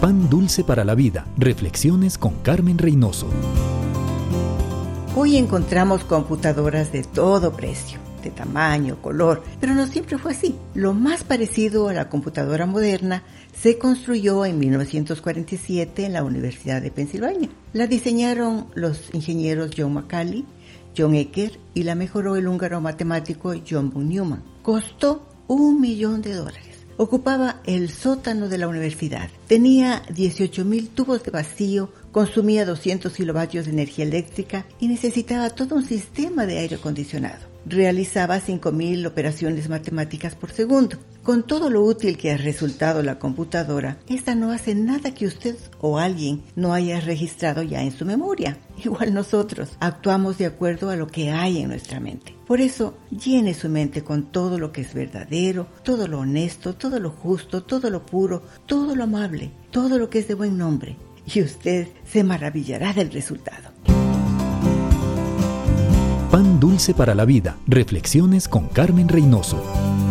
Pan dulce para la vida. Reflexiones con Carmen Reynoso. Hoy encontramos computadoras de todo precio, de tamaño, color, pero no siempre fue así. Lo más parecido a la computadora moderna se construyó en 1947 en la Universidad de Pensilvania. La diseñaron los ingenieros John Macaulay, John Ecker y la mejoró el húngaro matemático John von Neumann. Costó $1 millón. Ocupaba el sótano de la universidad. Tenía 18,000 tubos de vacío, consumía 200 kilovatios de energía eléctrica y necesitaba todo un sistema de aire acondicionado. Realizaba 5,000 operaciones matemáticas por segundo. Con todo lo útil que ha resultado la computadora, esta no hace nada que usted o alguien no haya registrado ya en su memoria. Igual nosotros actuamos de acuerdo a lo que hay en nuestra mente. Por eso, llene su mente con todo lo que es verdadero, todo lo honesto, todo lo justo, todo lo puro, todo lo amable, todo lo que es de buen nombre. Y usted se maravillará del resultado. Pan dulce para la vida. Reflexiones con Carmen Reynoso.